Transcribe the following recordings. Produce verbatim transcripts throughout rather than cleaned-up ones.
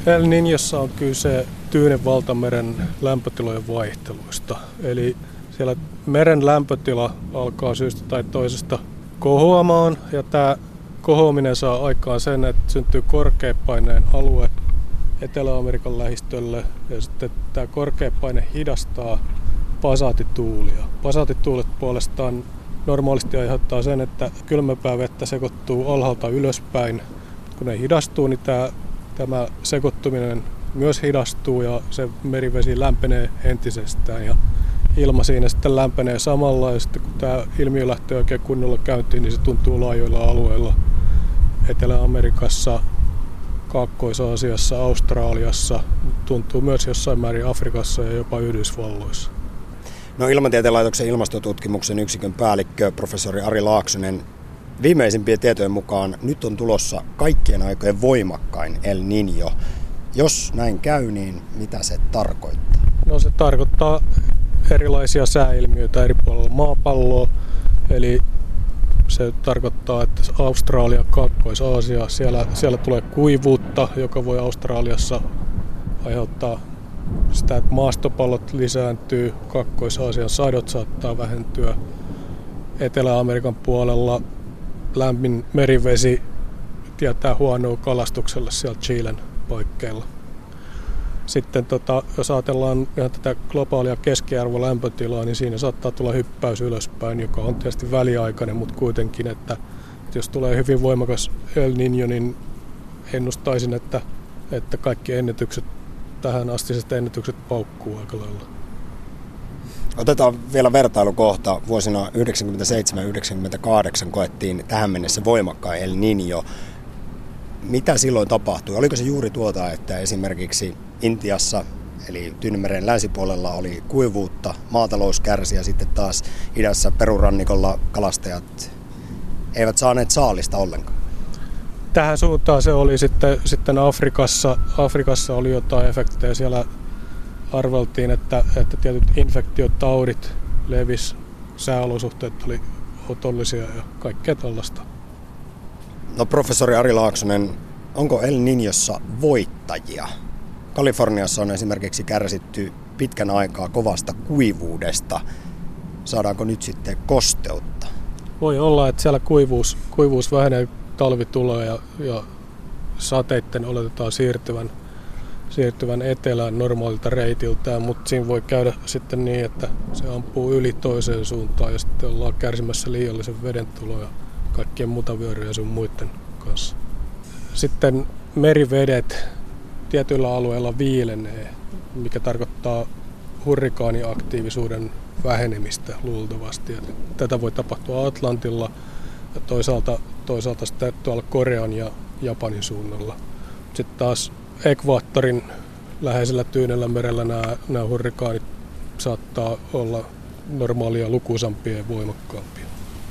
El Niñossa on kyse Tyynen valtameren lämpötilojen vaihteluista. Eli siellä meren lämpötila alkaa syystä tai toisesta kohoamaan, ja tämä kohoaminen saa aikaan sen, että syntyy korkeapaineen alue Etelä-Amerikan lähistölle, ja sitten tämä korkeapaine hidastaa pasaatituulia. Pasaatituulet puolestaan normaalisti aiheuttaa sen, että kylmempää vettä sekoittuu alhaalta ylöspäin. Kun ne hidastuu, niin tämä, tämä sekoittuminen myös hidastuu ja se merivesi lämpenee entisestään. Ja ilma siinä sitten lämpenee samalla, ja sitten kun tämä ilmiö lähtee oikein kunnolla käyntiin, niin se tuntuu laajoilla alueilla Etelä-Amerikassa, Kaakkois-Aasiassa, Australiassa, tuntuu myös jossain määrin Afrikassa ja jopa Yhdysvalloissa. No, Ilmatieteen laitoksen ilmastotutkimuksen yksikön päällikkö, professori Ari Laaksonen, viimeisimpien tietojen mukaan nyt on tulossa kaikkien aikojen voimakkain El Niño. Jos näin käy, niin mitä se tarkoittaa? No, se tarkoittaa erilaisia sääilmiöitä eri puolilla maapalloa. Eli se tarkoittaa, että Australia, Kaakkois-Aasia, siellä, siellä tulee kuivuutta, joka voi Australiassa aiheuttaa sitä, että maastopallot lisääntyy, Kaakkois-Aasian sadot saattaa vähentyä. Etelä-Amerikan puolella lämmin merivesi tietää huonoa kalastukselle siellä Chilen paikkeilla. Sitten tota, jos ajatellaan ihan tätä globaalia keskiarvolämpötilaa, niin siinä saattaa tulla hyppäys ylöspäin, joka on tietysti väliaikainen, mutta kuitenkin, että, että jos tulee hyvin voimakas El Niño, niin ennustaisin, että, että kaikki ennätykset, tähän astiset ennätykset paukkuu aika lailla. Otetaan vielä vertailukohta. Vuosina yhdeksänkymmentäseitsemän yhdeksänkymmentäkahdeksan koettiin tähän mennessä voimakkain El Niño. Mitä silloin tapahtui? Oliko se juuri tuota, että esimerkiksi Intiassa, eli Tyynenmeren länsipuolella, oli kuivuutta, maatalous kärsi, ja sitten taas idässä perurannikolla kalastajat eivät saaneet saalista ollenkaan? Tähän suuntaan se oli sitten, sitten Afrikassa. Afrikassa oli jotain efektejä. Siellä arveltiin, että, että tietyt infektiotaudit levis, sääolosuhteet oli otollisia ja kaikkea tällaista. No, professori Ari Laaksonen, onko El Niñossa voittajia? Kaliforniassa on esimerkiksi kärsitty pitkän aikaa kovasta kuivuudesta. Saadaanko nyt sitten kosteutta? Voi olla, että siellä kuivuus, kuivuus vähenee, talvi tulee ja, ja sateitten oletetaan siirtyvän, siirtyvän etelään normaalilta reitiltään, mutta siinä voi käydä sitten niin, että se ampuu yli toiseen suuntaan ja sitten ollaan kärsimässä liiallisen veden tuloa kaikkien mutavyöryjen ja sun muiden kanssa. Sitten merivedet tietyillä alueilla viilenee, mikä tarkoittaa hurrikaaniaktiivisuuden vähenemistä luultavasti. Tätä voi tapahtua Atlantilla ja toisaalta, toisaalta sitten tuolla Korean ja Japanin suunnalla. Sitten taas ekvaattorin läheisellä Tyynellä merellä nämä, nämä hurrikaanit saattaa olla normaalia lukuisampia ja voimakkaampia.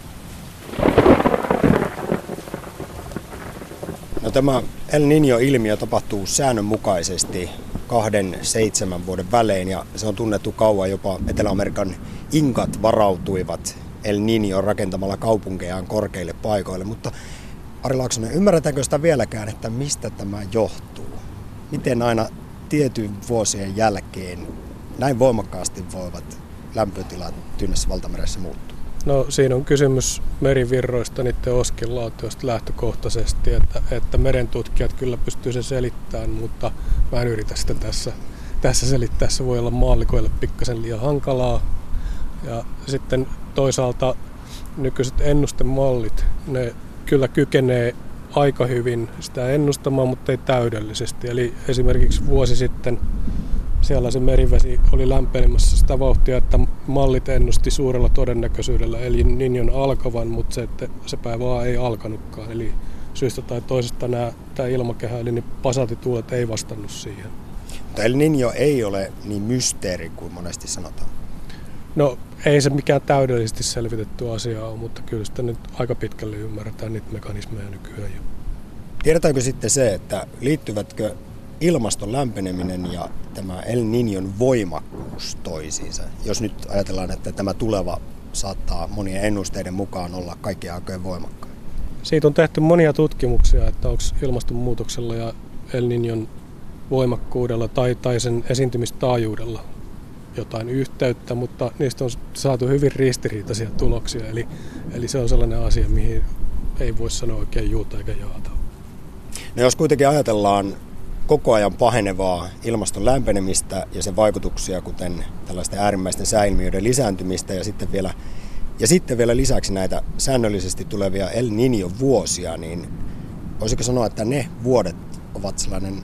No, tämä El Niño-ilmiö tapahtuu säännönmukaisesti kahden seitsemän vuoden välein, ja se on tunnettu kauan. Jopa Etelä-Amerikan inkat varautuivat El Niñoon rakentamalla kaupunkejaan korkeille paikoille. Mutta Ari Laaksonen, ymmärretäänkö sitä vieläkään, että mistä tämä johtuu? Miten aina tietyn vuosien jälkeen näin voimakkaasti voivat lämpötilat Tyynessä valtameressä muuttua? No, siinä on kysymys merivirroista, niiden oscillaatioista lähtökohtaisesti, että, että merentutkijat kyllä pystyy sen selittämään, mutta mä en yritä sitä tässä, tässä selittää. Se voi olla maallikoille pikkasen liian hankalaa. Ja sitten toisaalta nykyiset ennustemallit, ne kyllä kykenee aika hyvin sitä ennustamaan, mutta ei täydellisesti. Eli esimerkiksi vuosi sitten siellä se merivesi oli lämpenemässä sitä vauhtia, että mallit ennusti suurella todennäköisyydellä eli Niñon alkavan, mutta se, että se päivä vaan ei alkanutkaan. Eli syystä tai toisesta nämä, tämä ilmakehä, eli niin pasaatituulet ei vastannut siihen. Mutta El Niño ei ole niin mysteeri kuin monesti sanotaan. No, ei se mikään täydellisesti selvitetty asia ole, mutta kyllä sitä nyt aika pitkälle ymmärretään niitä mekanismeja nykyään jo. Tiedetäänkö sitten se, että liittyvätkö ilmaston lämpeneminen ja tämä El Niñon voimakkuus toisiinsa? Jos nyt ajatellaan, että tämä tuleva saattaa monien ennusteiden mukaan olla kaikkien aikojen voimakkain. Siitä on tehty monia tutkimuksia, että onko ilmastonmuutoksella ja El Niñon voimakkuudella tai, tai sen esiintymistaajuudella jotain yhteyttä, mutta niistä on saatu hyvin ristiriitaisia tuloksia. Eli, eli se on sellainen asia, mihin ei voi sanoa oikein juuta eikä jaata. No jos kuitenkin ajatellaan koko ajan pahenevaa ilmaston lämpenemistä ja sen vaikutuksia, kuten tällaisten äärimmäisten sääilmiöiden lisääntymistä ja sitten vielä, ja sitten vielä lisäksi näitä säännöllisesti tulevia El Niño-vuosia, niin voisiko sanoa, että ne vuodet ovat sellainen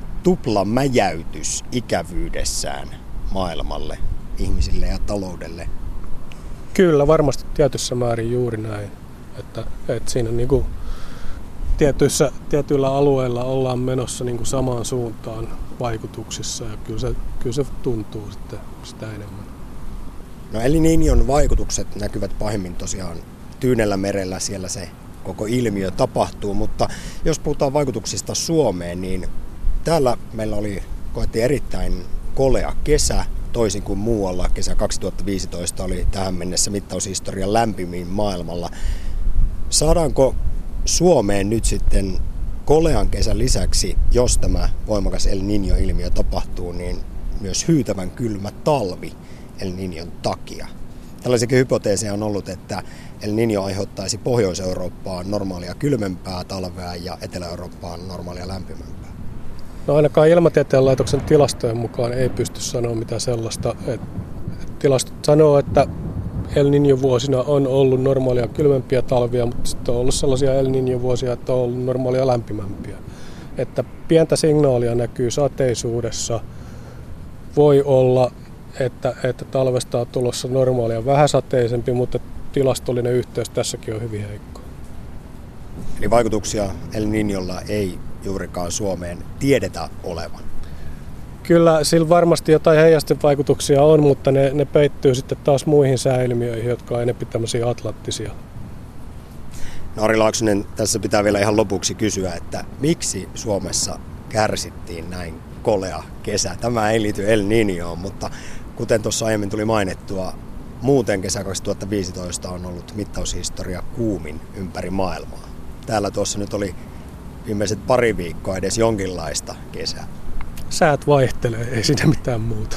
tuplamäjäytys ikävyydessään maailmalle, ihmisille ja taloudelle? Kyllä, varmasti tietyssä määrin juuri näin. Että, että siinä niin kuin tietyissä, tietyillä alueilla ollaan menossa niin kuin samaan suuntaan vaikutuksissa ja kyllä se, kyllä se tuntuu sitten sitä enemmän. No El Niñon vaikutukset näkyvät pahimmin tosiaan Tyynellä merellä, siellä se koko ilmiö tapahtuu, mutta jos puhutaan vaikutuksista Suomeen, niin täällä meillä oli koettiin erittäin kolea kesä, toisin kuin muualla. Kesä kaksituhattaviisitoista oli tähän mennessä mittaushistorian lämpimin maailmalla. Saadaanko Suomeen nyt sitten kolean kesän lisäksi, jos tämä voimakas El Niño-ilmiö tapahtuu, niin myös hyytävän kylmä talvi El Niñon takia? Tällaisiakin hypoteeseja on ollut, että El Niño aiheuttaisi Pohjois-Eurooppaan normaalia kylmempää talvea ja Etelä-Eurooppaan normaalia lämpimämpää. No ainakaan Ilmatieteen laitoksen tilastojen mukaan ei pysty sanoa mitään sellaista. Että tilastot sanoo, että El Niño-vuosina on ollut normaalia kylmempiä talvia, mutta sitten on ollut sellaisia El Niño-vuosia, että on ollut normaalia lämpimämpiä. Että pientä signaalia näkyy sateisuudessa. Voi olla, että, että talvesta on tulossa normaalia vähän sateisempi, mutta tilastollinen yhteys tässäkin on hyvin heikko. Eli vaikutuksia El Niñolla ei juurikaan Suomeen tiedetä olevan? Kyllä sillä varmasti jotain heijastevaikutuksia on, mutta ne, ne peittyy sitten taas muihin sääilmiöihin, jotka on enemmän tämmöisiä atlanttisia. No Ari Laaksonen, tässä pitää vielä ihan lopuksi kysyä, että miksi Suomessa kärsittiin näin kolea kesä? Tämä ei liity El Niñoon, mutta kuten tuossa aiemmin tuli mainittua, muuten kesä kaksituhattaviisitoista on ollut mittaushistoria kuumin ympäri maailmaa. Täällä tuossa nyt oli viimeiset pari viikkoa edes jonkinlaista kesää. Säät vaihtelee, ei siinä mitään muuta.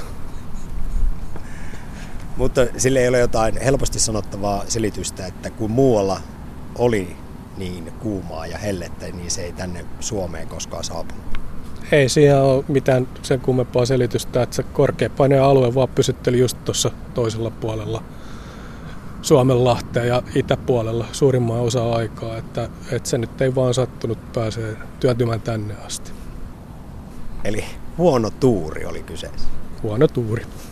Mutta sille ei ole jotain helposti sanottavaa selitystä, että kun muualla oli niin kuumaa ja hellettä, niin se ei tänne Suomeen koskaan saapunut. Ei siihen ole mitään sen kummempaa selitystä, että se korkeapaineen alue vaan pysytteli just tuossa toisella puolella Suomenlahtea ja itäpuolella suurimman osa aikaa, että, että se nyt ei vaan sattunut pääsee työtymään tänne asti. Eli huono tuuri oli kyseessä. Huono tuuri.